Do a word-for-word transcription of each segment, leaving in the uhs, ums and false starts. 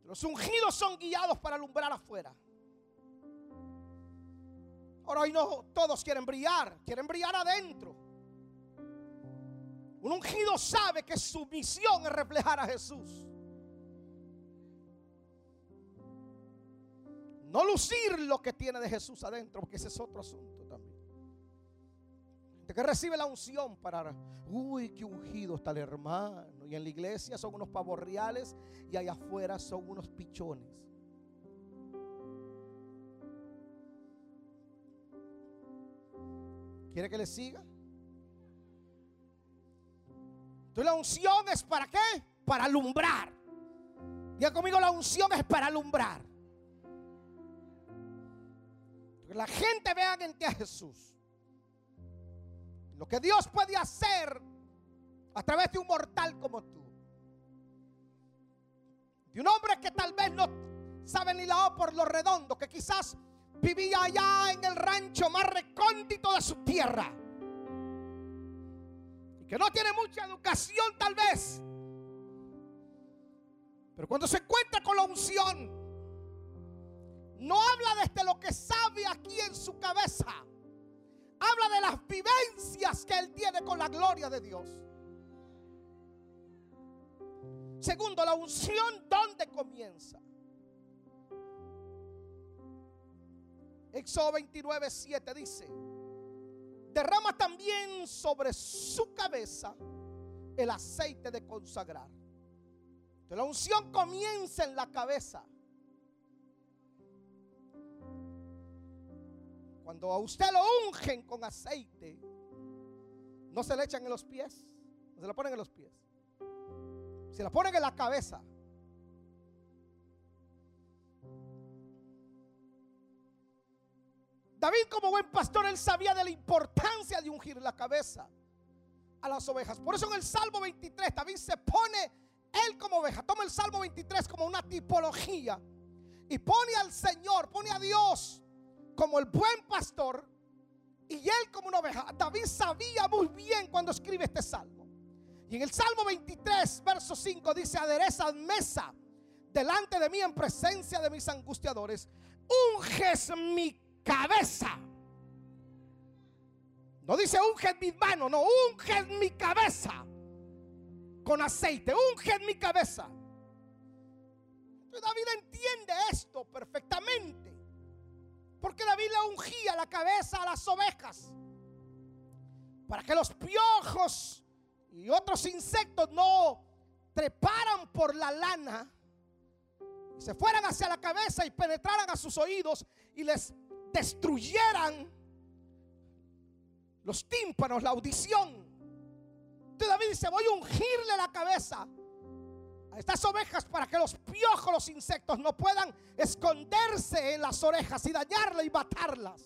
Los ungidos son guiados para alumbrar afuera. Ahora hoy no todos quieren brillar, quieren brillar adentro. Un ungido sabe que su misión es reflejar a Jesús. No lucir lo que tiene de Jesús adentro, porque ese es otro asunto también. Gente que recibe la unción para, uy, qué ungido está el hermano. Y en la iglesia son unos pavos reales y allá afuera son unos pichones. ¿Quiere que le siga? Entonces la unción es para qué? Para alumbrar. Diga conmigo, la unción es para alumbrar. Que la gente vea en ti a Jesús. Lo que Dios puede hacer a través de un mortal como tú. De un hombre que tal vez no sabe ni la O por lo redondo, que quizás vivía allá en el rancho más recóndito de su tierra y que no tiene mucha educación tal vez, pero cuando se encuentra con la unción, no habla desde lo que sabe aquí en su cabeza, habla de las vivencias que él tiene con la gloria de Dios. Segundo, la unción, ¿dónde comienza? Éxodo veintinueve, siete dice: derrama también sobre su cabeza el aceite de consagrar. Entonces la unción comienza en la cabeza. Cuando a usted lo ungen con aceite, no se le echan en los pies, no se lo ponen en los pies, se la ponen en la cabeza. David, como buen pastor, él sabía de la importancia de ungir la cabeza a las ovejas. Por eso en el Salmo veintitrés David se pone él como oveja. Toma el Salmo veintitrés como una tipología y pone al Señor, pone a Dios como el buen pastor y él como una oveja. David sabía muy bien cuando escribe este salmo. Y en el Salmo veintitrés, verso cinco dice: aderezas mesa delante de mí en presencia de mis angustiadores, unges mi cabeza. No dice unges mis manos, no, unges mi cabeza con aceite, unges mi cabeza. Entonces David entiende esto perfectamente, porque David le ungía la cabeza a las ovejas para que los piojos y otros insectos no treparan por la lana y se fueran hacia la cabeza y penetraran a sus oídos y les destruyeran los tímpanos, la audición. Entonces David dice: voy a ungirle la cabeza a estas ovejas para que los piojos, los insectos no puedan esconderse en las orejas y dañarlas y matarlas.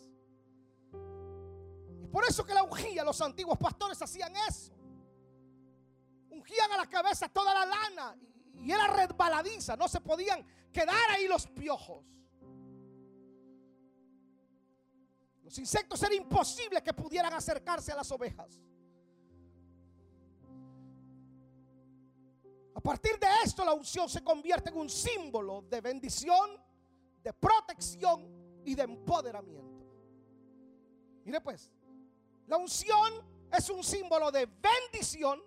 Y por eso que la ungía, los antiguos pastores hacían eso. Ungían a la cabeza toda la lana y era resbaladiza, no se podían quedar ahí los piojos. Los insectos era imposible que pudieran acercarse a las ovejas. A partir de esto, la unción se convierte en un símbolo de bendición, de protección y de empoderamiento. Mire pues, la unción es un símbolo de bendición,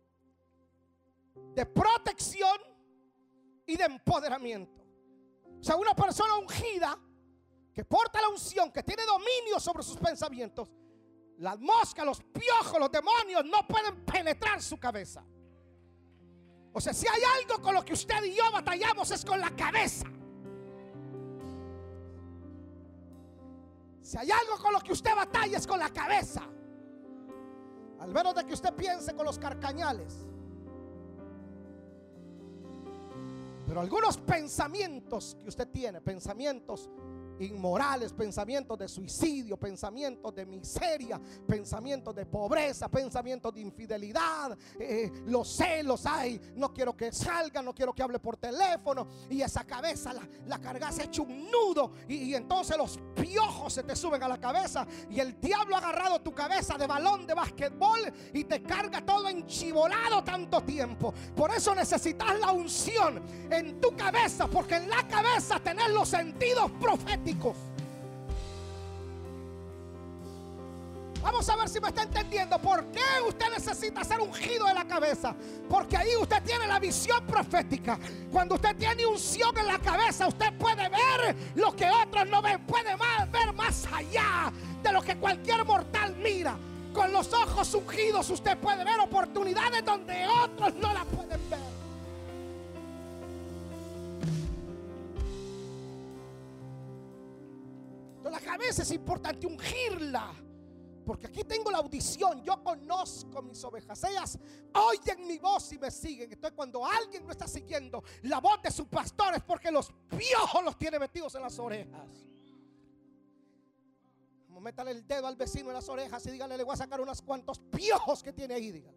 de protección y de empoderamiento. O sea, una persona ungida que porta la unción, que tiene dominio sobre sus pensamientos, las moscas, los piojos, los demonios no pueden penetrar su cabeza. O sea, si hay algo con lo que usted y yo batallamos es con la cabeza. Si hay algo con lo que usted batalla es con la cabeza. Al menos de que usted piense con los carcañales. Pero algunos pensamientos que usted tiene, pensamientos inmorales, pensamientos de suicidio, pensamientos de miseria, pensamientos de pobreza, pensamientos de infidelidad, eh, los celos, ay, no quiero que salga, no quiero que hable por teléfono, y esa cabeza la, la cargas hecho un nudo, y, y entonces los piojos se te suben a la cabeza, y el diablo ha agarrado tu cabeza de balón de basquetbol y te carga todo enchibolado tanto tiempo. Por eso necesitas la unción en tu cabeza, porque en la cabeza tenés los sentidos proféticos. Vamos a ver si me está entendiendo. ¿Por qué usted necesita ser ungido de la cabeza? Porque ahí usted tiene la visión profética. Cuando usted tiene unción en la cabeza, usted puede ver lo que otros no ven. Puede más, ver más allá de lo que cualquier mortal mira. Con los ojos ungidos usted puede ver oportunidades donde otros no la pueden ver. La cabeza es importante ungirla, porque aquí tengo la audición. Yo conozco mis ovejas, ellas oyen mi voz y me siguen. Entonces cuando alguien no está siguiendo la voz de su pastor, es porque los piojos los tiene metidos en las orejas. Como métale el dedo al vecino en las orejas y dígale, le voy a sacar unos cuantos piojos que tiene ahí, dígale.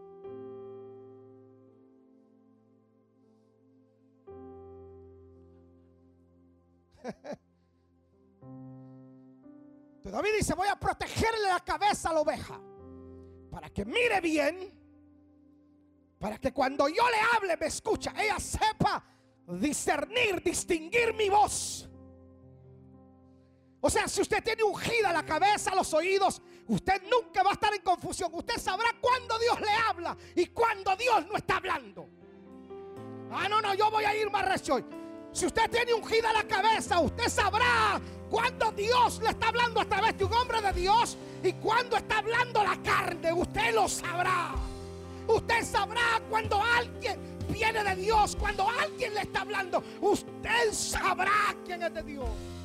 David dice, voy a protegerle la cabeza a la oveja para que mire bien, para que cuando yo le hable me escucha, ella sepa discernir, distinguir mi voz. O sea, si usted tiene ungida la cabeza, los oídos, usted nunca va a estar en confusión. Usted sabrá cuándo Dios le habla y cuándo Dios no está hablando. Ah, no, no, yo voy a ir más recio hoy. Si usted tiene ungida la cabeza, usted sabrá cuando Dios le está hablando a través de un hombre de Dios y cuando está hablando la carne. Usted lo sabrá. Usted sabrá cuando alguien viene de Dios, cuando alguien le está hablando. Usted sabrá quién es de Dios.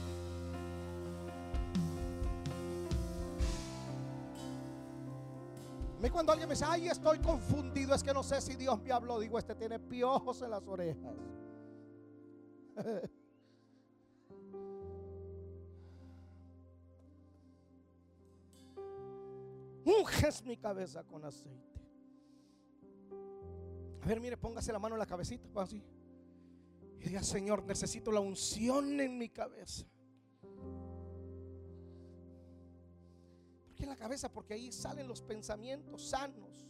A mí cuando alguien me dice, ay, estoy confundido, es que no sé si Dios me habló, digo, este tiene piojos en las orejas. Unges mi cabeza con aceite. A ver, mire, póngase la mano en la cabecita, así, y diga, Señor, necesito la unción en mi cabeza. ¿Por qué en la cabeza? Porque ahí salen los pensamientos sanos.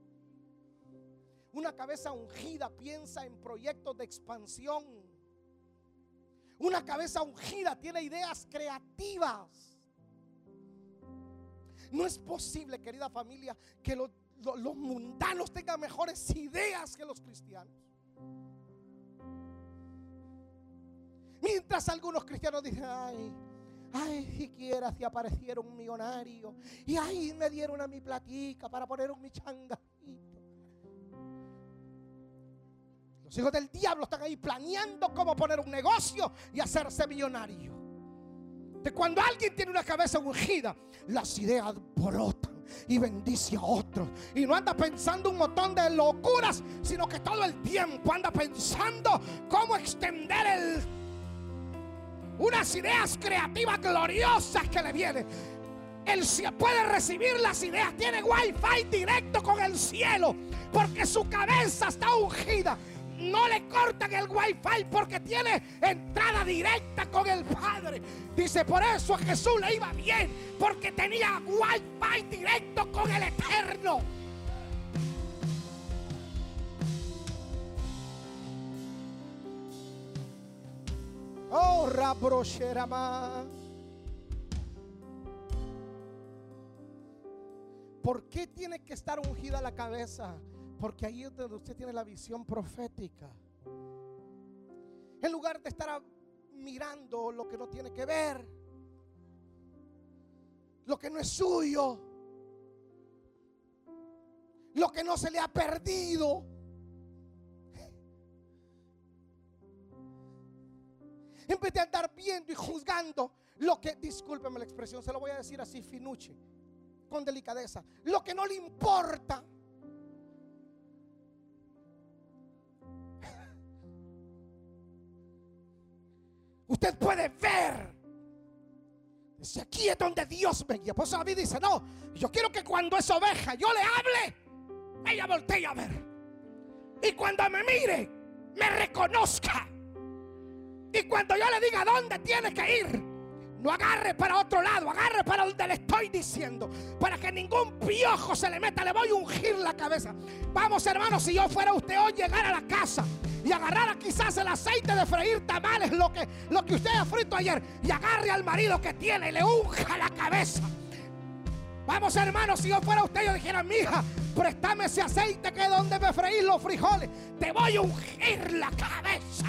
Una cabeza ungida piensa en proyectos de expansión. Una cabeza ungida tiene ideas creativas. No es posible, querida familia, que los, los, los mundanos tengan mejores ideas que los cristianos. Mientras algunos cristianos dicen, ay, ay, siquiera si apareciera un millonario y ay, me dieron a mi platica para poner un mi changarrito. Los hijos del diablo están ahí planeando cómo poner un negocio y hacerse millonario. De cuando alguien tiene una cabeza ungida, las ideas brotan y bendice a otros. Y no anda pensando un montón de locuras, sino que todo el tiempo anda pensando cómo extender el, unas ideas creativas gloriosas que le vienen. Él puede recibir las ideas, tiene wifi directo con el cielo, porque su cabeza está ungida. No le cortan el wifi porque tiene entrada directa con el Padre. Dice, por eso a Jesús le iba bien, porque tenía wifi directo con el Eterno. Oh, Rabrosherama. ¿Por qué tiene que estar ungida la cabeza? Porque ahí es donde usted tiene la visión profética. En lugar de estar mirando lo que no tiene que ver, lo que no es suyo, lo que no se le ha perdido. En vez de andar viendo y juzgando lo que, discúlpeme la expresión, se lo voy a decir así finuche, con delicadeza, lo que no le importa. Usted puede ver Dice, aquí es donde Dios me guía. Por eso David dice, no, yo quiero que cuando esa oveja yo le hable, ella voltee a ver. Y cuando me mire, me reconozca. Y cuando yo le diga dónde tiene que ir, no agarre para otro lado, agarre para donde le estoy diciendo, para que ningún piojo se le meta. Le voy a ungir la cabeza. Vamos, hermanos, si yo fuera usted hoy, llegar a la casa y agarrara quizás el aceite de freír tamales, lo que, lo que usted ha frito ayer, y agarre al marido que tiene y le unja la cabeza. Vamos, hermanos, si yo fuera usted, yo dijera, mija, préstame ese aceite que es donde me freí los frijoles. Te voy a ungir la cabeza.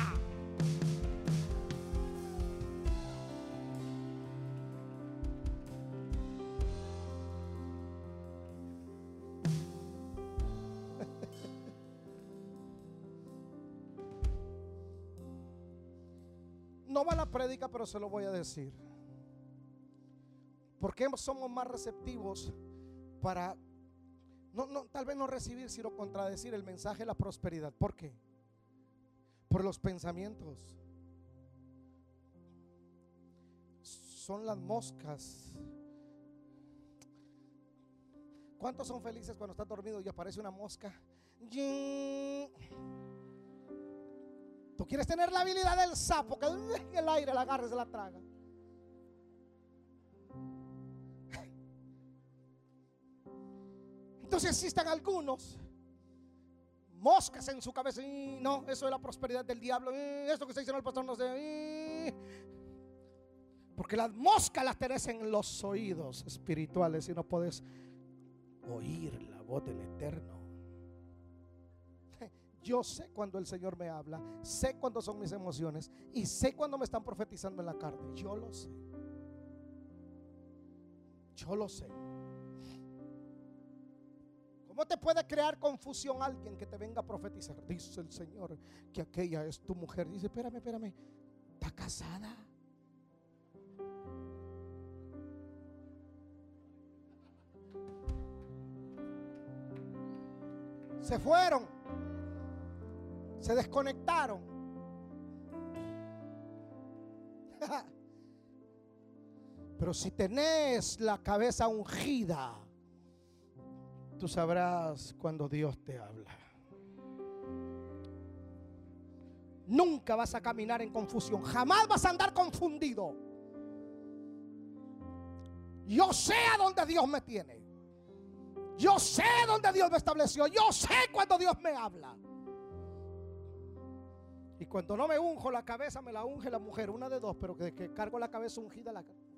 No va a la prédica, pero se lo voy a decir. ¿Por qué somos más receptivos para, no, no, tal vez no recibir, sino contradecir el mensaje de la prosperidad? ¿Por qué? Por los pensamientos. Son las moscas. ¿Cuántos son felices cuando están dormidos y aparece una mosca? Tú quieres tener la habilidad del sapo, que en el aire la agarra y se la traga. Entonces existen algunos moscas en su cabeza. Y no, eso es la prosperidad del diablo. Esto que está diciendo el pastor no sé. Porque las moscas las tenés en los oídos espirituales y no puedes oír la voz del Eterno. Yo sé cuando el Señor me habla, sé cuándo son mis emociones y sé cuando me están profetizando en la carne. Yo lo sé. Yo lo sé. ¿Cómo te puede crear confusión alguien que te venga a profetizar? Dice el Señor que aquella es tu mujer. Dice, espérame, espérame, ¿está casada? Se fueron. Se desconectaron. Pero si tenés la cabeza ungida, tú sabrás cuando Dios te habla. Nunca vas a caminar en confusión. Jamás vas a andar confundido. Yo sé a dónde Dios me tiene. Yo sé dónde Dios me estableció. Yo sé cuando Dios me habla. Y cuando no me unjo la cabeza, me la unge la mujer. Una de dos, pero que, que cargo la cabeza ungida la cabeza.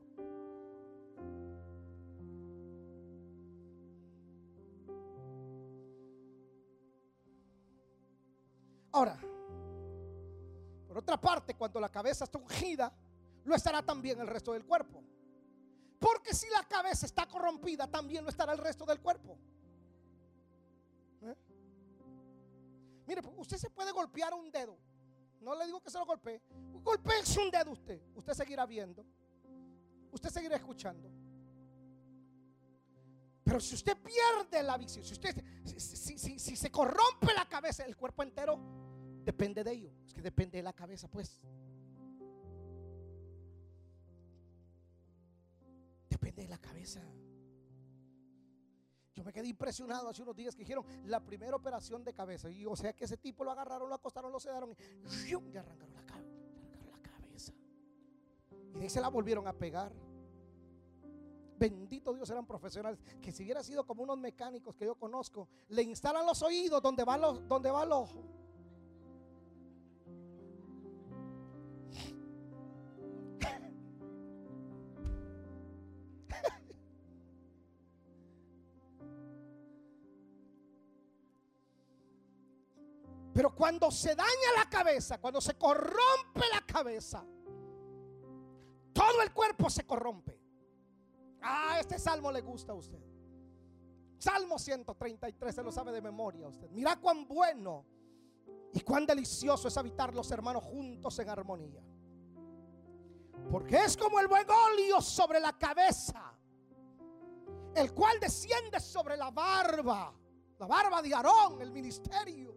Ahora, por otra parte, cuando la cabeza está ungida, lo estará también el resto del cuerpo. Porque si la cabeza está corrompida, también lo estará el resto del cuerpo. ¿Eh? Mire, usted se puede golpear un dedo. No le digo que se lo golpee. Golpéese un dedo usted. Usted seguirá viendo. Usted seguirá escuchando. Pero si usted pierde la visión, si usted si, si, si, si se corrompe la cabeza, el cuerpo entero depende de ello. Es que depende de la cabeza, pues. Depende de la cabeza. Yo me quedé impresionado hace unos días que dijeron la primera operación de cabeza. Y o sea que ese tipo lo agarraron, lo acostaron, lo sedaron y le arrancaron la, cabeza, le arrancaron la cabeza. Y de ahí se la volvieron a pegar. Bendito Dios, eran profesionales. Que si hubiera sido como unos mecánicos que yo conozco, le instalan los oídos donde va, los, donde va el ojo. Pero cuando se daña la cabeza, cuando se corrompe la cabeza, todo el cuerpo se corrompe. Ah, este salmo le gusta a usted. Salmo ciento treinta y tres, se lo sabe de memoria usted. Mira cuán bueno y cuán delicioso es habitar los hermanos juntos en armonía. Porque es como el buen óleo sobre la cabeza, el cual desciende sobre la barba, la barba de Aarón, el ministerio,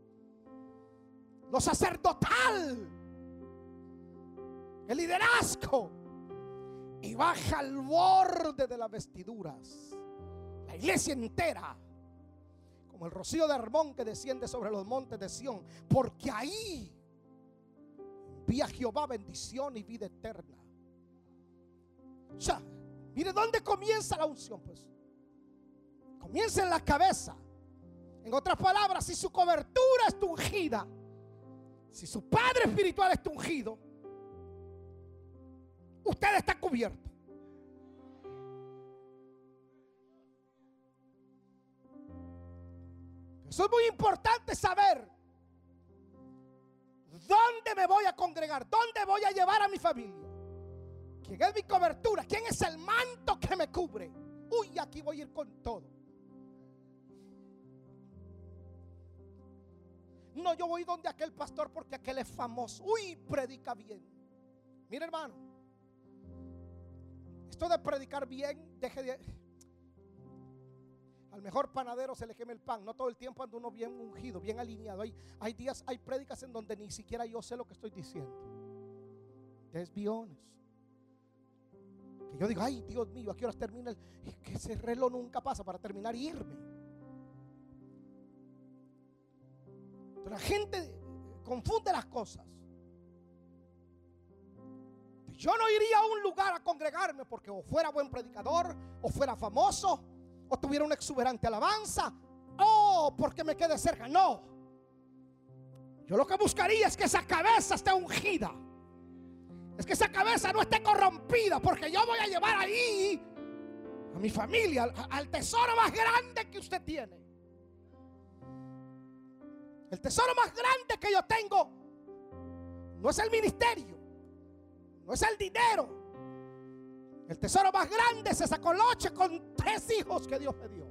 lo sacerdotal, el liderazgo, y baja al borde de las vestiduras. La iglesia entera, como el rocío de Hermón que desciende sobre los montes de Sión, porque ahí envía Jehová bendición y vida eterna. O sea, mire dónde comienza la unción, pues. Comienza en la cabeza. En otras palabras, si su cobertura está ungida, si su padre espiritual está ungido, usted está cubierto. Eso es muy importante saber. ¿Dónde me voy a congregar? ¿Dónde voy a llevar a mi familia? ¿Quién es mi cobertura? ¿Quién es el manto que me cubre? Uy, aquí voy a ir con todo. No, yo voy donde aquel pastor porque aquel es famoso. Uy, predica bien. Mire, hermano, esto de predicar bien, deje de... Al mejor panadero se le queme el pan. No todo el tiempo anda uno bien ungido, bien alineado. Hay, hay días, hay prédicas en donde ni siquiera yo sé lo que estoy diciendo. Desviones. Que yo digo, ay, Dios mío, ¿a qué horas termina el... Que ese reloj nunca pasa para terminar y irme. La gente confunde las cosas. Yo no iría a un lugar a congregarme porque o fuera buen predicador, o fuera famoso, o tuviera una exuberante alabanza, o porque me quede cerca. No. Yo lo que buscaría es que esa cabeza esté ungida, es que esa cabeza no esté corrompida, porque yo voy a llevar ahí a mi familia, al, al tesoro más grande que usted tiene. El tesoro más grande que yo tengo no es el ministerio, no es el dinero. El tesoro más grande es esa coloche con tres hijos que Dios me dio.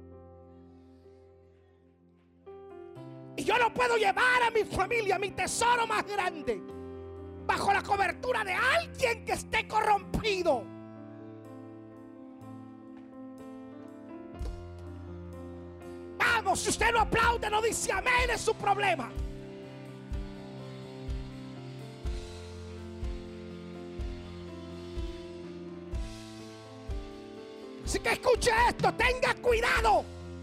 Y yo no puedo llevar a mi familia, mi tesoro más grande, bajo la cobertura de alguien que esté corrompido. Vamos, si usted no aplaude, no dice amén, es su problema. Así que escuche esto, tenga cuidado.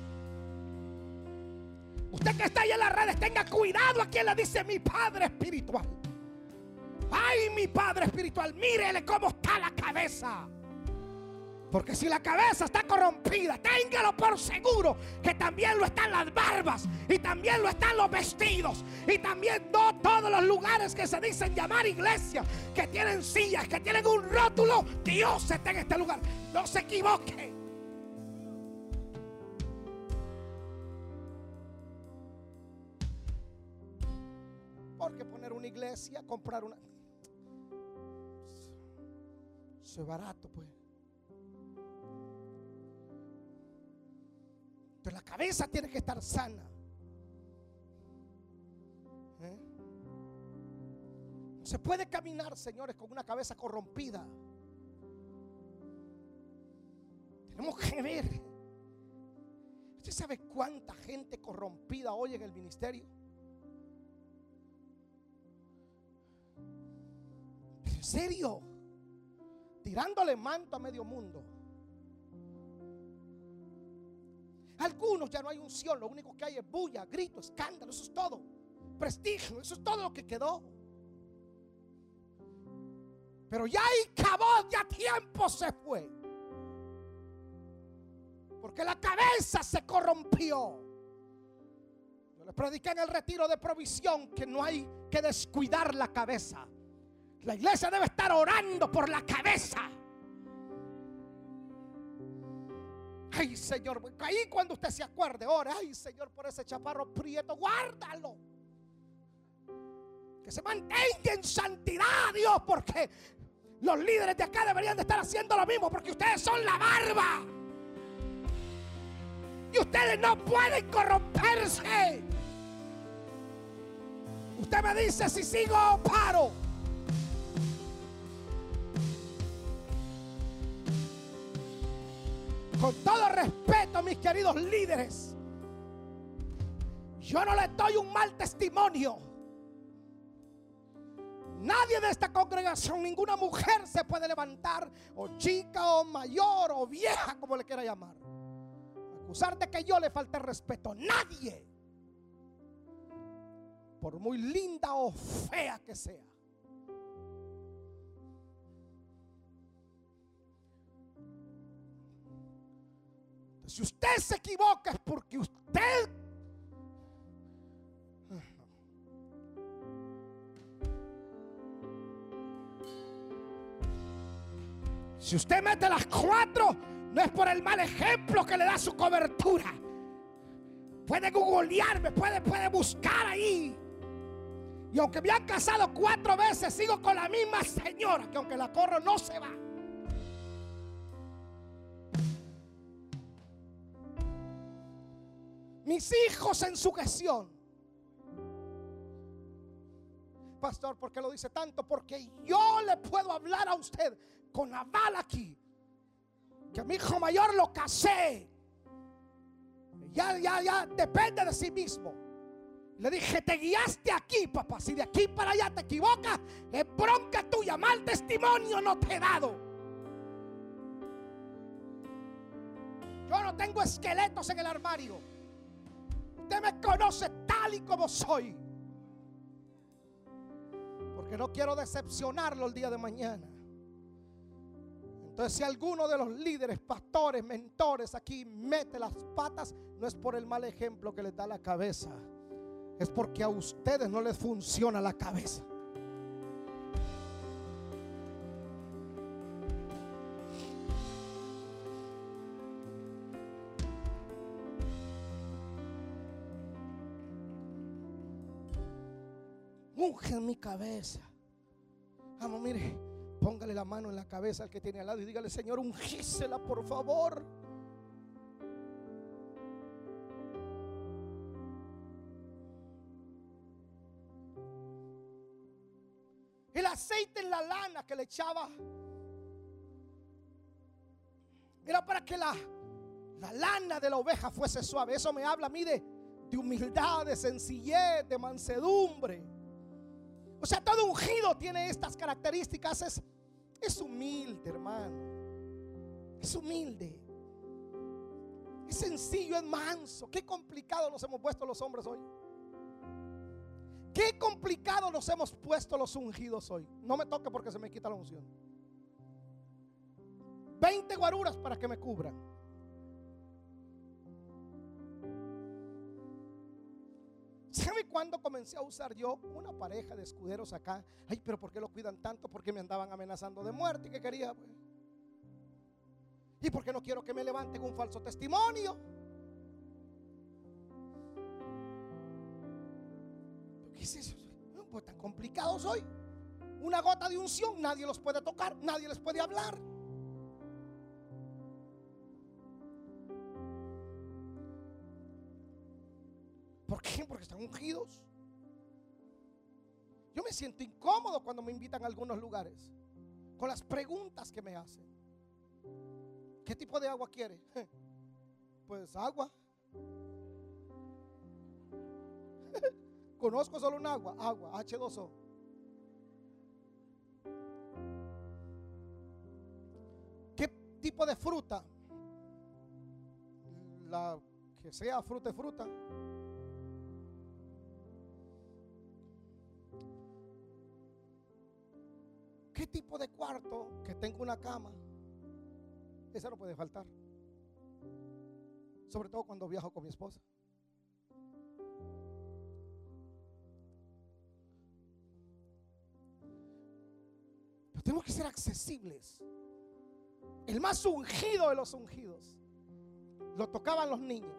Usted que está ahí en las redes, tenga cuidado a quien le dice mi padre espiritual. Ay, mi padre espiritual, mírele cómo está la cabeza. Porque si la cabeza está corrompida, téngalo por seguro que también lo están las barbas, y también lo están los vestidos, y también no todos los lugares que se dicen llamar iglesia, que tienen sillas, que tienen un rótulo. Dios está en este lugar. No se equivoque. Porque poner una iglesia, comprar una... Eso es barato, pues. Pero la cabeza tiene que estar sana. ¿Eh? No se puede caminar, señores, con una cabeza corrompida. Tenemos que ver. ¿Usted sabe cuánta gente corrompida hoy en el ministerio? ¿En serio? Tirándole manto a medio mundo. Algunos ya no hay unción, lo único que hay es bulla, grito, escándalo, eso es todo. Prestigio, eso es todo lo que quedó. Pero ya ahí acabó, ya tiempo se fue. Porque la cabeza se corrompió. Yo les prediqué en el retiro de provisión que no hay que descuidar la cabeza. La iglesia debe estar orando por la cabeza. Ay, Señor, ahí cuando usted se acuerde, ore. Ay, Señor, por ese chaparro prieto, guárdalo. Que se mantenga en santidad, Dios, porque los líderes de acá deberían de estar haciendo lo mismo, porque ustedes son la barba. Y ustedes no pueden corromperse. Usted me dice si sigo o paro. Con todo respeto, mis queridos líderes, yo no les doy un mal testimonio. Nadie de esta congregación, ninguna mujer se puede levantar, o chica o mayor o vieja, como le quiera llamar, acusar de que yo le falté respeto. Nadie, por muy linda o fea que sea. Si usted se equivoca es porque usted si usted mete las cuatro, no es por el mal ejemplo que le da su cobertura. Puede googlearme, puede, puede buscar ahí. Y aunque me han casado cuatro veces, sigo con la misma señora, que aunque la corro no se va. Mis hijos en sujeción. Pastor, ¿por qué lo dice tanto? Porque yo le puedo hablar a usted con aval aquí, que a mi hijo mayor lo casé. Ya, ya, ya depende de sí mismo. Le dije, te guiaste aquí, papá. Si de aquí para allá te equivocas, es bronca tuya. Mal testimonio no te he dado. Yo no tengo esqueletos en el armario. Usted me conoce tal y como soy, porque no quiero decepcionarlo el día de mañana. Entonces, si alguno de los líderes, pastores, mentores aquí mete las patas, no es por el mal ejemplo que les da la cabeza, es porque a ustedes no les funciona la cabeza. Unge en mi cabeza. Vamos, mire, póngale la mano en la cabeza al que tiene al lado y dígale, Señor, ungísela por favor. El aceite en la lana que le echaba era para que la, la lana de la oveja fuese suave. Eso me habla a mí de, de humildad, de sencillez, de mansedumbre. O sea, todo ungido tiene estas características. Es, es humilde, hermano. Es humilde. Es sencillo, es manso. Qué complicado nos hemos puesto los hombres hoy. Qué complicado nos hemos puesto los ungidos hoy. No me toque porque se me quita la unción. veinte guaruras para que me cubran. ¿Sabe cuándo comencé a usar yo una pareja de escuderos acá? Ay, pero ¿por qué lo cuidan tanto? Porque me andaban amenazando de muerte. ¿Y qué quería? Pues? ¿Y por qué no quiero que me levanten un falso testimonio? ¿Qué es eso? Pues tan complicado soy. Una gota de unción, nadie los puede tocar, nadie les puede hablar. ¿Por qué? Porque están ungidos. Yo me siento incómodo cuando me invitan a algunos lugares con las preguntas que me hacen. ¿Qué tipo de agua quiere? Pues agua. Conozco solo un agua, agua, H dos O. ¿Qué tipo de fruta? La que sea fruta y fruta. ¿Qué tipo de cuarto? Que tenga una cama. Esa no puede faltar. Sobre todo cuando viajo con mi esposa. Pero tenemos que ser accesibles. El más ungido de los ungidos lo tocaban los niños.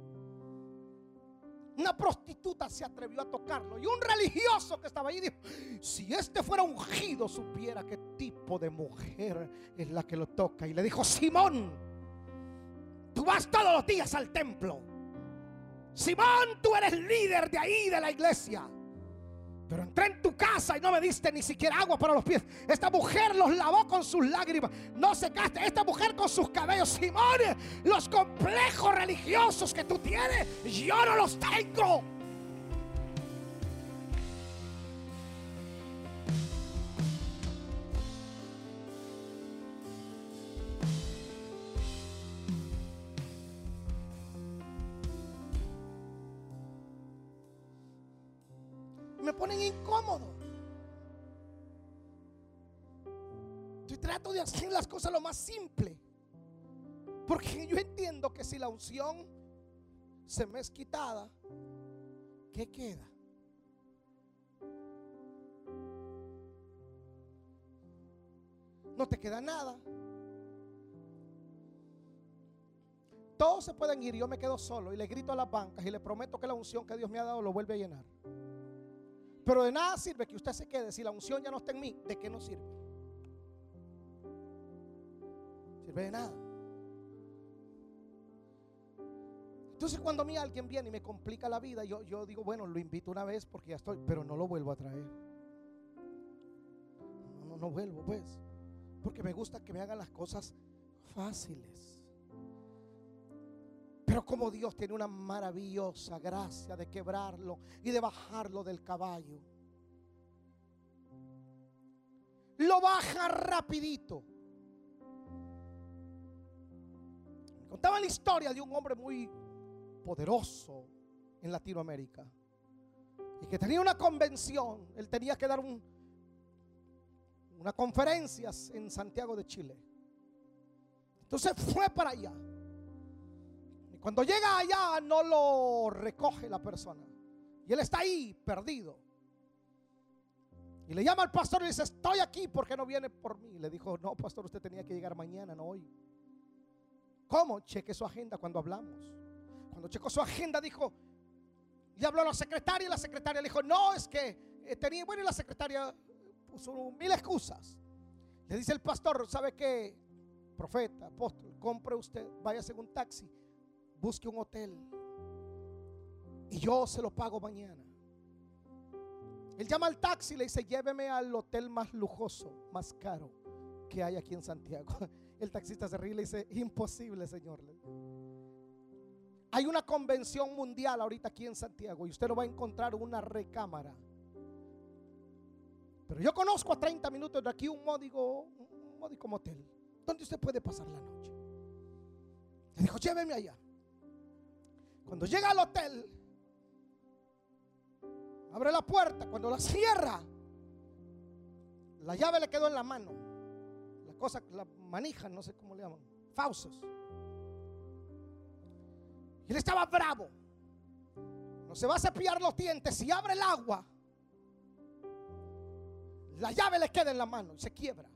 Una prostituta se atrevió a tocarlo y un religioso que estaba ahí dijo: si este fuera ungido, supiera qué tipo de mujer es la que lo toca. Y le dijo: Simón, tú vas todos los días al templo. Simón, tú eres líder de ahí, de la iglesia. Pero entré en tu casa y no me diste ni siquiera agua para los pies. Esta mujer los lavó con sus lágrimas. No secaste. Esta mujer con sus cabellos. Simón, los complejos religiosos que tú tienes, yo no los tengo. me ponen incómodo. Yo trato de hacer las cosas lo más simple, porque yo entiendo que si la unción se me es quitada, ¿qué queda? No te queda nada. Todos se pueden ir y yo me quedo solo y le grito a las bancas y le prometo que la unción que Dios me ha dado lo vuelve a llenar. Pero de nada sirve que usted se quede si la unción ya no está en mí. ¿De qué nos sirve? Sirve de nada. Entonces cuando a mí alguien viene y me complica la vida, yo, yo digo, bueno, lo invito una vez porque ya estoy, pero no lo vuelvo a traer. No, no, no vuelvo pues, porque me gusta que me hagan las cosas fáciles. Pero como Dios tiene una maravillosa gracia de quebrarlo y de bajarlo del caballo, lo baja rapidito. Me contaba la historia de un hombre muy poderoso en Latinoamérica y que tenía una convención. Él tenía que dar un, una conferencia en Santiago de Chile. Entonces fue para allá. Y cuando llega allá no lo recoge la persona y él está ahí perdido. Y le llama al pastor y le dice, estoy aquí, ¿por qué no viene por mí? Le dijo, no pastor, usted tenía que llegar mañana, no hoy. ¿Cómo? Cheque su agenda cuando hablamos. Cuando checó su agenda dijo, y habló a la secretaria y la secretaria le dijo, no, es que eh, tenía, bueno, y la secretaria puso mil excusas. Le dice el pastor, ¿sabe qué? Profeta, apóstol, compre usted, váyase en un taxi, busque un hotel y yo se lo pago mañana. Él llama al taxi y le dice, lléveme al hotel más lujoso, más caro que hay aquí en Santiago. El taxista se ríe y le dice, imposible, señor. Hay una convención mundial ahorita aquí en Santiago y usted no va a encontrar una recámara. Pero yo conozco a treinta minutos de aquí un módico, un módico motel donde usted puede pasar la noche. Le dijo, lléveme allá. Cuando llega al hotel, abre la puerta. Cuando la cierra, la llave le quedó en la mano. La cosa, la manija, no sé cómo le llaman, fauces. Y él estaba bravo. No se va a cepillar los dientes. Si abre el agua, la llave le queda en la mano y se quiebra.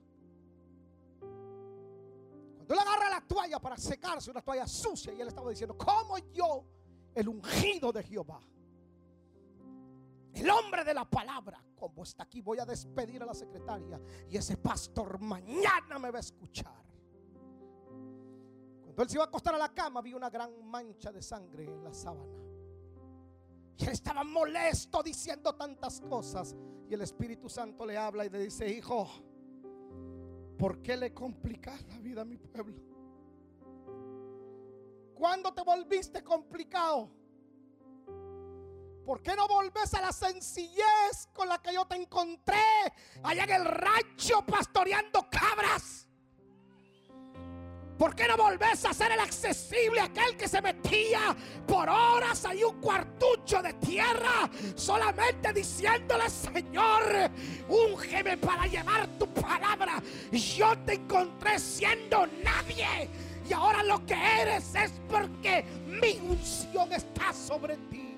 Cuando él agarra la toalla para secarse, una toalla sucia, y él estaba diciendo, ¿cómo yo, el ungido de Jehová, el hombre de la palabra, como está aquí, voy a despedir a la secretaria y ese pastor mañana me va a escuchar? Cuando él se iba a acostar a la cama, vi una gran mancha de sangre en la sábana. Y él estaba molesto diciendo tantas cosas. Y el Espíritu Santo le habla y le dice, hijo, ¿por qué le complicas la vida a mi pueblo? ¿Cuándo te volviste complicado? ¿Por qué no volves a la sencillez con la que yo te encontré allá en el rancho pastoreando cabras? ¿Por qué no volvés a ser el accesible, aquel que se metía por horas ahí un cuartucho de tierra solamente diciéndole, Señor, úngeme para llevar tu palabra? Yo te encontré siendo nadie y ahora lo que eres es porque mi unción está sobre ti.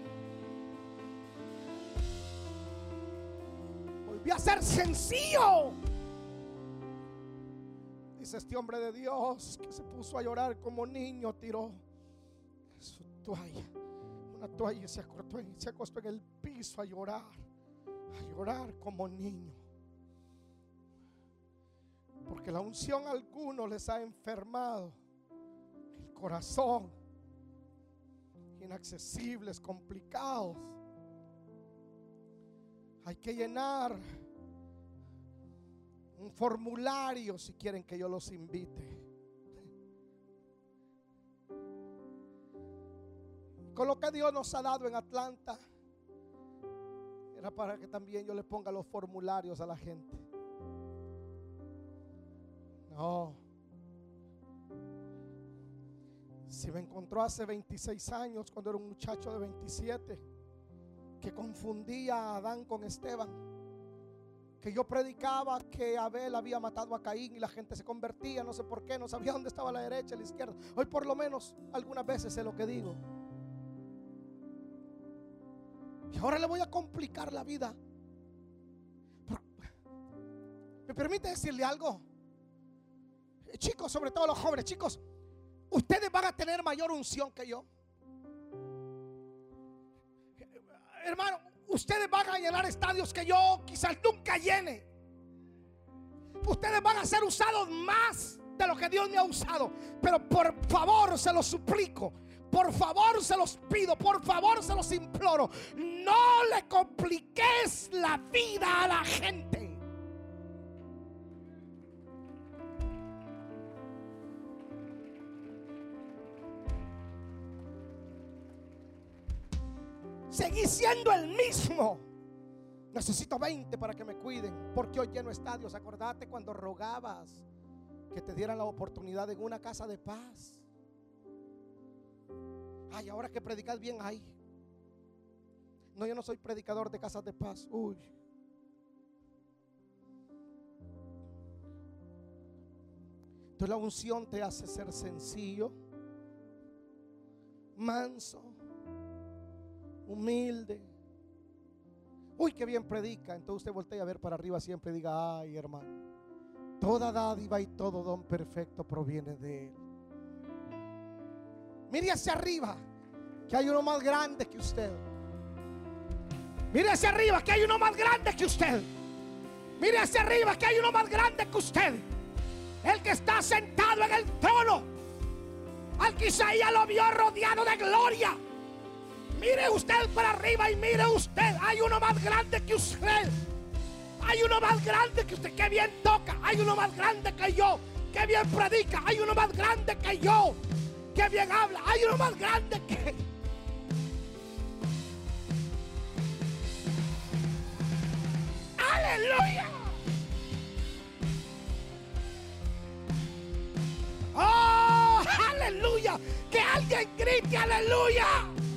Volví a ser sencillo. Dice este hombre de Dios que se puso a llorar como niño, tiró su toalla, una toalla, y se acostó, se acostó en el piso a llorar, a llorar como niño. Porque la unción a algunos les ha enfermado el corazón, inaccesibles, complicados. Hay que llenar un formulario si quieren que yo los invite. Con lo que Dios nos ha dado en Atlanta, era para que también yo le ponga los formularios a la gente. No. Si me encontró hace veintiséis años, cuando era un muchacho de veintisiete, que confundía a Adán con Esteban, que yo predicaba que Abel había matado a Caín y la gente se convertía, no sé por qué, no sabía dónde estaba la derecha y la izquierda. Hoy por lo menos algunas veces sé lo que digo. Y ahora le voy a complicar la vida. ¿Me permite decirle algo? Chicos, sobre todo los jóvenes, chicos, ustedes van a tener mayor unción que yo. Hermano, ustedes van a llenar estadios que yo quizás nunca llene. Ustedes van a ser usados más de lo que Dios me ha usado. Pero por favor se los suplico, por favor se los pido, por favor se los imploro, no le compliques la vida a la gente. Seguí siendo el mismo. Necesito veinte para que me cuiden, porque hoy lleno estadios. Acordate cuando rogabas que te dieran la oportunidad en una casa de paz. Ay, ahora que predicas bien, ay. No, yo no soy predicador de casas de paz. Uy. Entonces la unción te hace ser sencillo, manso, humilde. Uy, qué bien predica. Entonces usted voltea a ver para arriba siempre y diga: ay, hermano, toda dádiva y todo don perfecto proviene de Él. Mire hacia arriba, que hay uno más grande que usted. Mire hacia arriba, que hay uno más grande que usted. Mire hacia arriba, que hay uno más grande que usted. El que está sentado en el trono, al que Isaías lo vio rodeado de gloria. Mire usted para arriba y mire usted, hay uno más grande que usted. Hay uno más grande que usted. Que bien toca. Hay uno más grande que yo. Que bien predica. Hay uno más grande que yo. Que bien habla. Hay uno más grande que... ¡Aleluya! ¡Oh, aleluya! Que alguien grite aleluya.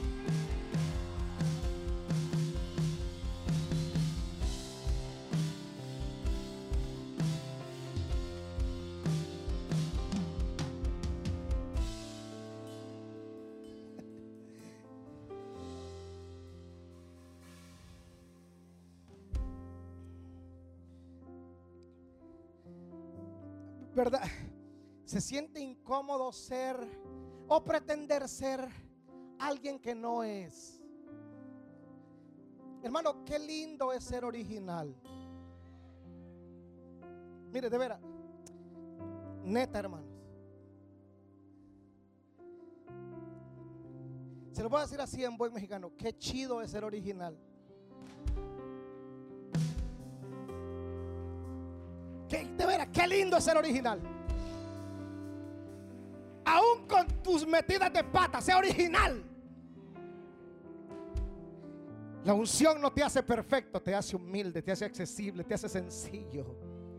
¿Verdad? Se siente incómodo ser o pretender ser alguien que no es. Hermano, qué lindo es ser original. Mire, de veras, neta, hermanos, se lo voy a decir así en buen mexicano: qué chido es ser original. Que, de veras, qué lindo es ser original. Aún con tus metidas de pata, sé original. La unción no te hace perfecto, te hace humilde, te hace accesible, te hace sencillo.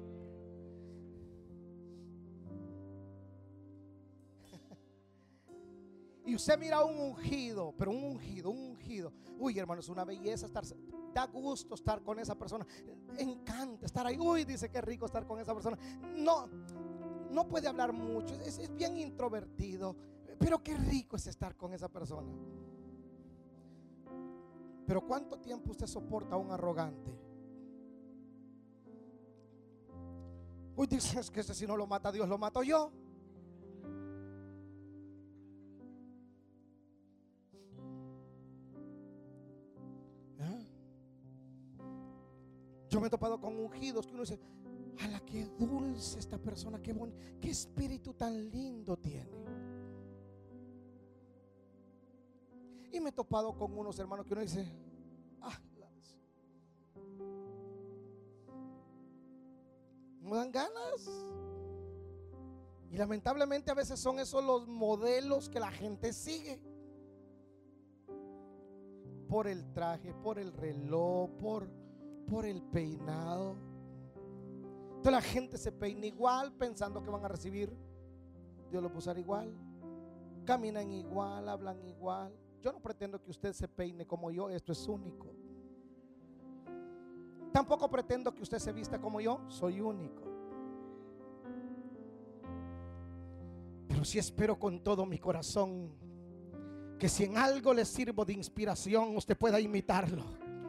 Y usted mira un ungido, pero un ungido, un ungido. Uy, hermano, es una belleza estar, da gusto estar con esa persona. Encanta estar ahí. Uy, dice qué rico estar con esa persona. No, no puede hablar mucho, es, es bien introvertido, pero qué rico es estar con esa persona. Pero ¿cuánto tiempo usted soporta a un arrogante? Uy, dice, es que ese si no lo mata Dios, lo mato yo. Yo me he topado con ungidos que uno dice: ¡ala, qué dulce esta persona! ¡Qué bon, qué espíritu tan lindo tiene! Y me he topado con unos hermanos que uno dice: ¡ah! ¿No dan ganas? Y lamentablemente a veces son esos los modelos que la gente sigue. Por el traje, por el reloj, por... por el peinado. Entonces la gente se peina igual pensando que van a recibir, Dios lo puso igual. Caminan igual, hablan igual. Yo no pretendo que usted se peine como yo, esto es único. Tampoco pretendo que usted se vista como yo, soy único. Pero sí espero con todo mi corazón que si en algo le sirvo de inspiración, usted pueda imitarlo.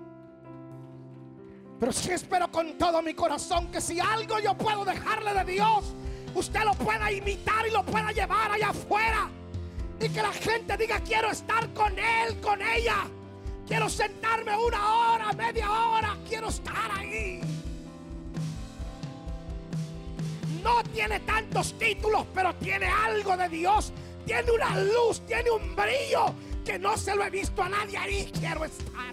Pero sí espero con todo mi corazón que si algo yo puedo dejarle de Dios, usted lo pueda imitar y lo pueda llevar allá afuera. Y que la gente diga: quiero estar con él, con ella. Quiero sentarme una hora, media hora. Quiero estar ahí. No tiene tantos títulos, pero tiene algo de Dios. Tiene una luz, tiene un brillo que no se lo he visto a nadie ahí. Quiero estar.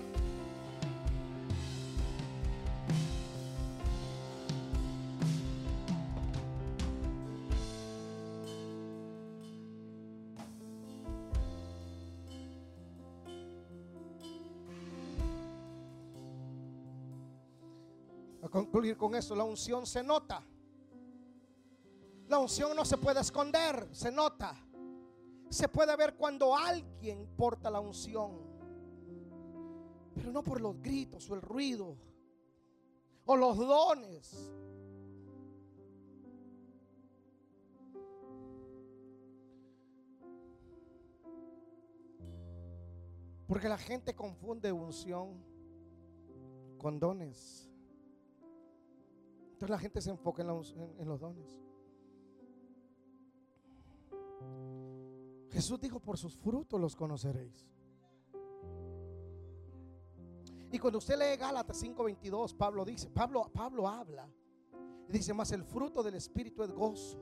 A concluir con eso, la unción se nota. La unción no se puede esconder, se nota. Se puede ver cuando alguien porta la unción, pero no por los gritos o el ruido o los dones. Porque la gente confunde unción con dones. Entonces la gente se enfoca en, la, en, en los dones. Jesús dijo: por sus frutos los conoceréis. Y cuando usted lee Gálatas cinco veintidós, Pablo dice, Pablo, Pablo habla y dice: mas el fruto del Espíritu es gozo,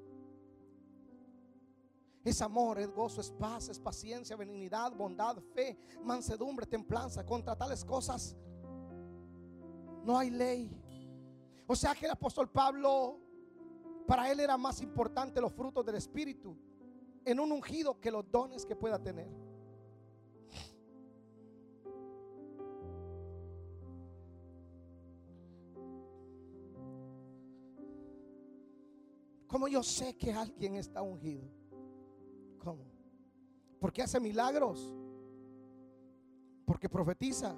es amor, es gozo, es paz, es paciencia, benignidad, bondad, fe, mansedumbre, templanza. Contra tales cosas no hay ley. O sea que el apóstol Pablo, para él era más importante los frutos del Espíritu en un ungido que los dones que pueda tener. ¿Cómo yo sé que alguien está ungido? ¿Cómo? Porque hace milagros, porque profetiza.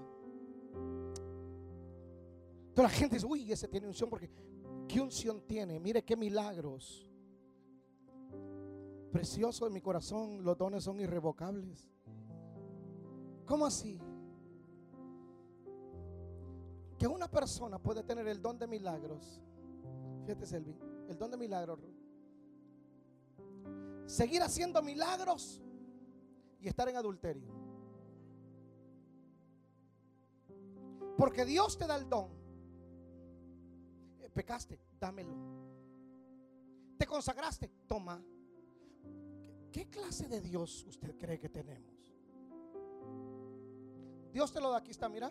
Toda la gente dice: uy, ese tiene unción. Porque ¿qué unción tiene? Mire qué milagros. Precioso en mi corazón, los dones son irrevocables. ¿Cómo así? Que una persona puede tener el don de milagros. Fíjate, Selvi, el don de milagros, seguir haciendo milagros y estar en adulterio. Porque Dios te da el don. Pecaste, dámelo. Te consagraste, toma. ¿Qué clase de Dios usted cree que tenemos? Dios te lo da, aquí está, mira.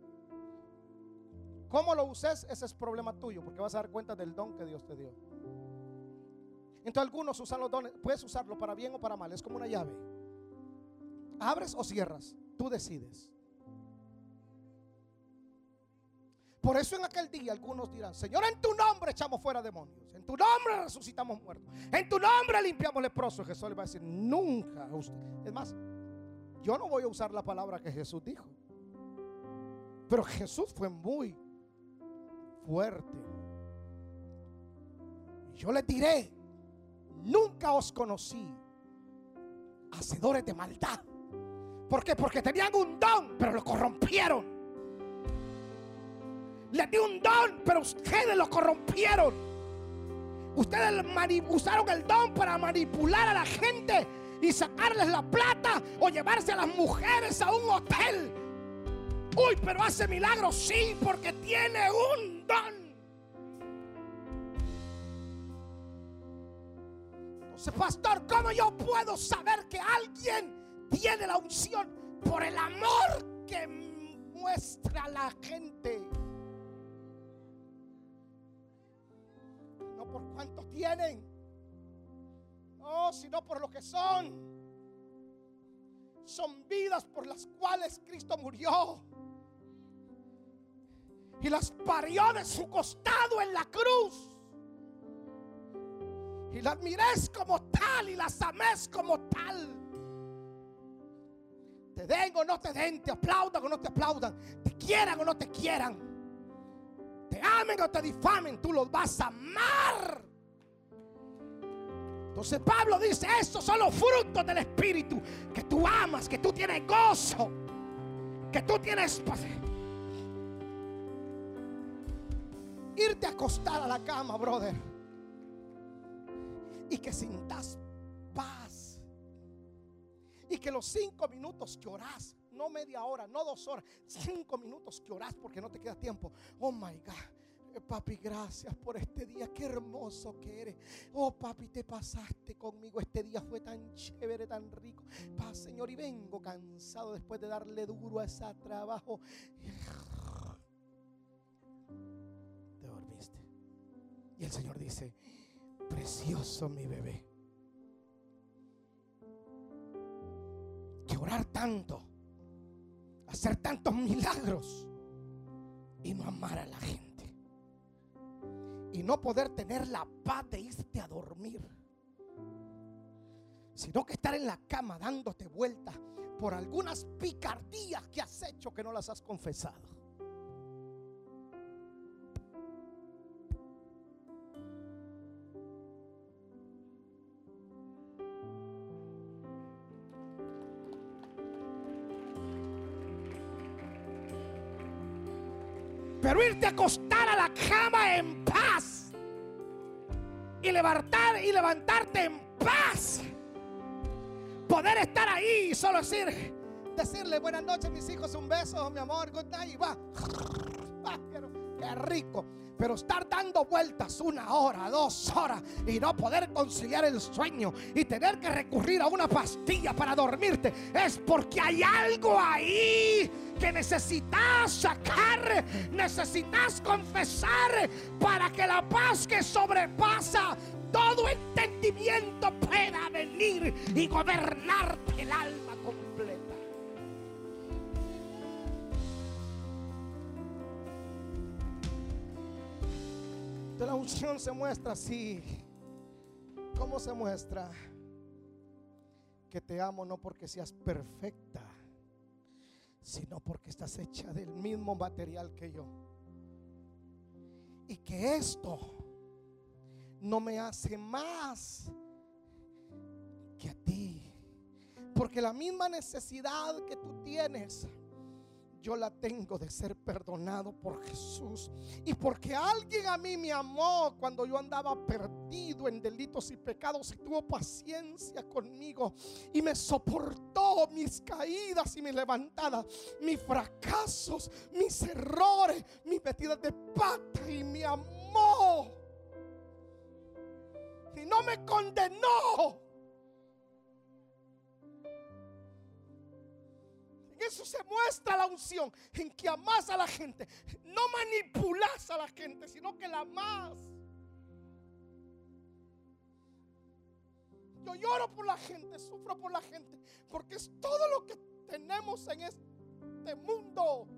¿Cómo lo uses? Ese es problema tuyo, porque vas a dar cuenta del don que Dios te dio. Entonces algunos usan los dones. Puedes usarlo para bien o para mal. Es como una llave. Abres o cierras, tú decides. Por eso en aquel día algunos dirán: Señor, en tu nombre echamos fuera demonios, en tu nombre resucitamos muertos, en tu nombre limpiamos leprosos. Jesús le va a decir: nunca a usted. Es más, yo no voy a usar la palabra que Jesús dijo, pero Jesús fue muy fuerte. Y yo les diré: nunca os conocí, hacedores de maldad. ¿Por qué? Porque tenían un don, pero lo corrompieron. Les di un don, pero ustedes lo corrompieron. Ustedes usaron el don para manipular a la gente y sacarles la plata o llevarse a las mujeres a un hotel. Uy, pero hace milagros, sí, porque tiene un don. Entonces, pastor, ¿cómo yo puedo saber que alguien tiene la unción? Por el amor que muestra la gente. No por cuánto tienen, no, sino por lo que son. Son vidas por las cuales Cristo murió y las parió de su costado en la cruz. Y las miréis como tal y las améis como tal. te den o no te den, te aplaudan o no te aplaudan, te quieran o no te quieran, te amen o te difamen, tú los vas a amar. Entonces Pablo dice, estos son los frutos del Espíritu, que tú amas, que tú tienes gozo, que tú tienes paz. Irte a acostar a la cama, brother, y que sintas paz, y que los cinco minutos que orás, no media hora, no dos horas, cinco minutos que orás porque no te queda tiempo. Oh my God, papi, gracias por este día, qué hermoso que eres. Oh papi, te pasaste conmigo, este día fue tan chévere, tan rico. Paz, Señor, y vengo cansado después de darle duro a ese trabajo. Te dormiste. Y el Señor dice, precioso mi bebé, que orar tanto, hacer tantos milagros y no amar a la gente, y no poder tener la paz de irte a dormir, sino que estar en la cama dándote vueltas por algunas picardías que has hecho que no las has confesado. Pero irte a acostar a la cama en paz y levantar y levantarte en paz, poder estar ahí y solo decir, decirle buenas noches mis hijos, un beso mi amor, good night, y va, ah, qué rico. Pero estar dando vueltas una hora, dos horas y no poder conciliar el sueño y tener que recurrir a una pastilla para dormirte, es porque hay algo ahí que necesitas sacar, necesitas confesar, para que la paz que sobrepasa todo entendimiento pueda venir y gobernarte el alma completa. La unción se muestra así. ¿Cómo se muestra? Que te amo no porque seas perfecta, sino porque estás hecha del mismo material que yo, y que esto no me hace más que a ti, porque la misma necesidad que tú tienes, yo la tengo de ser perdonado por Jesús. Y porque alguien a mí me amó cuando yo andaba perdido en delitos y pecados, y tuvo paciencia conmigo y me soportó mis caídas y mis levantadas, mis fracasos, mis errores, mis metidas de pata, y me amó y no me condenó. Eso se muestra la unción, en que amas a la gente, no manipulas a la gente, sino que la amas. Yo lloro por la gente, sufro por la gente, porque es todo lo que tenemos en este mundo.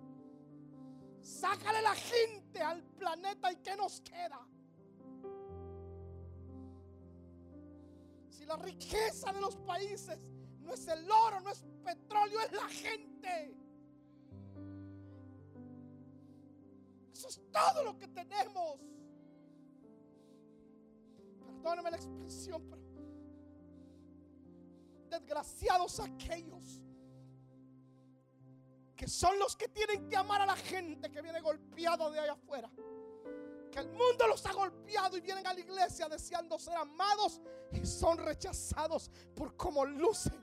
Sácale la gente al planeta y ¿qué nos queda? Si la riqueza de los países no es el oro, no es petróleo, es la gente. Eso es todo lo que tenemos. Perdóname la expresión, pero desgraciados aquellos que son los que tienen que amar a la gente que viene golpeado de allá afuera, que el mundo los ha golpeado y vienen a la iglesia deseando ser amados y son rechazados por cómo lucen.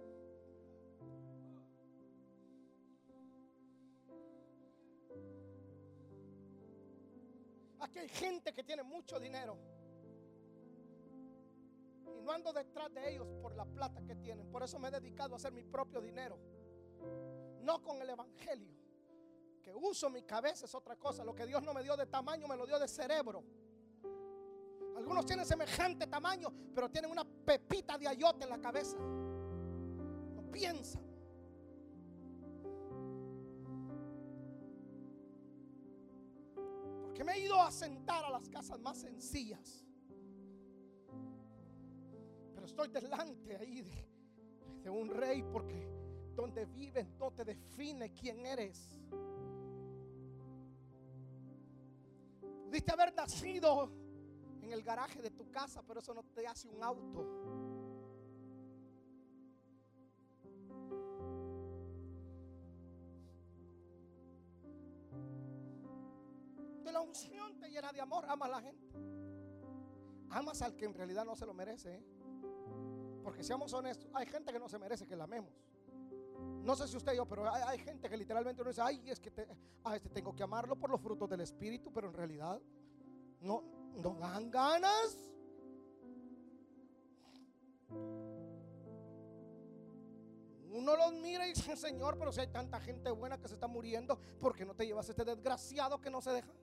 Aquí hay gente que tiene mucho dinero y no ando detrás de ellos por la plata que tienen. Por eso me he dedicado a hacer mi propio dinero, no con el evangelio. Que uso mi cabeza es otra cosa. Lo que Dios no me dio de tamaño, me lo dio de cerebro. Algunos tienen semejante tamaño, pero tienen una pepita de ayote en la cabeza. No piensan. Porque me he ido a sentar a las casas más sencillas, pero estoy delante ahí de, de un rey, porque donde vives no te define quién eres. Pudiste haber nacido en el garaje de tu casa, pero eso no te hace un auto. De la unción te llena de amor. Amas a la gente. Amas al que en realidad no se lo merece, ¿eh? Porque seamos honestos, hay gente que no se merece que la amemos. No sé si usted y yo, pero hay, hay gente que literalmente uno dice, ay, es que te, a este tengo que amarlo por los frutos del Espíritu, pero en realidad no, no dan ganas. Uno los mira y dice, Señor, pero si hay tanta gente buena que se está muriendo, ¿por qué no te llevas a este desgraciado que no se deja?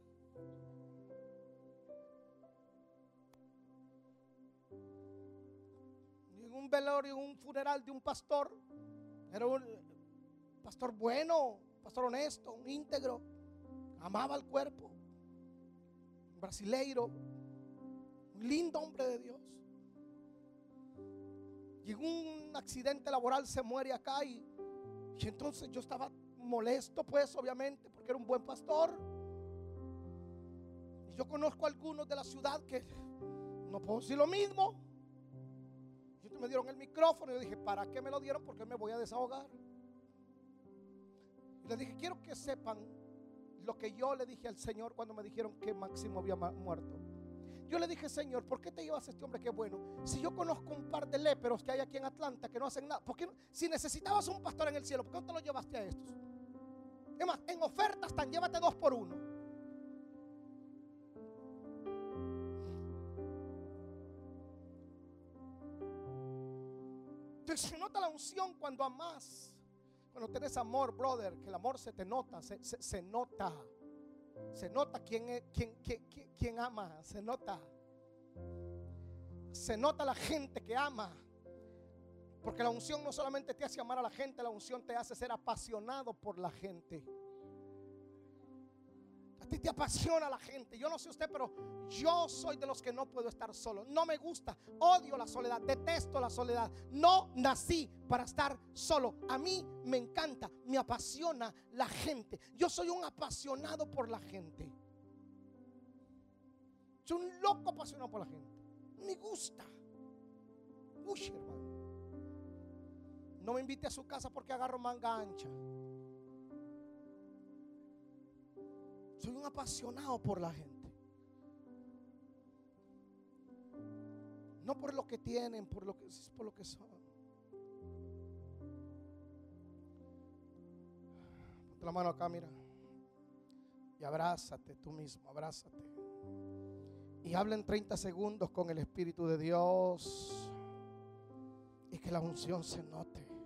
En un velorio, un funeral de un pastor, era un pastor bueno, pastor honesto, un íntegro, amaba al cuerpo, un brasileiro, un lindo hombre de Dios. Y en un accidente laboral se muere acá y, y entonces yo estaba molesto, pues obviamente, porque era un buen pastor. Y yo conozco a algunos de la ciudad que no puedo decir lo mismo. Y entonces me dieron el micrófono y yo dije, ¿para qué me lo dieron? Porque me voy a desahogar. Y les dije, quiero que sepan lo que yo le dije al Señor cuando me dijeron que Máximo había muerto. Yo le dije, Señor, ¿por qué te llevas a este hombre que es bueno? Si yo conozco un par de léperos que hay aquí en Atlanta que no hacen nada, ¿por qué no? Si necesitabas un pastor en el cielo, ¿por qué no te lo llevaste a estos? Es más, en ofertas tan llévate dos por uno. Entonces se nota la unción cuando amas. Cuando tienes amor, brother, que el amor se te nota, se, se, se nota. Se nota quién, es, quién, quién, quién, quién ama, se nota. Se nota la gente que ama. Porque la unción no solamente te hace amar a la gente, la unción te hace ser apasionado por la gente. A ti te apasiona la gente. Yo no sé usted, pero yo soy de los que no puedo estar solo. No me gusta, odio la soledad, detesto la soledad. No nací para estar solo. A mí me encanta, me apasiona la gente. Yo soy un apasionado por la gente. Soy un loco apasionado por la gente. Me gusta. Uy, hermano. No me invite a su casa porque agarro manga ancha. Soy un apasionado por la gente. No por lo que tienen, por lo que, por lo que son. Ponte la mano acá, mira. Y abrázate tú mismo, abrázate. Y habla en treinta segundos con el Espíritu de Dios. Y que la unción se note.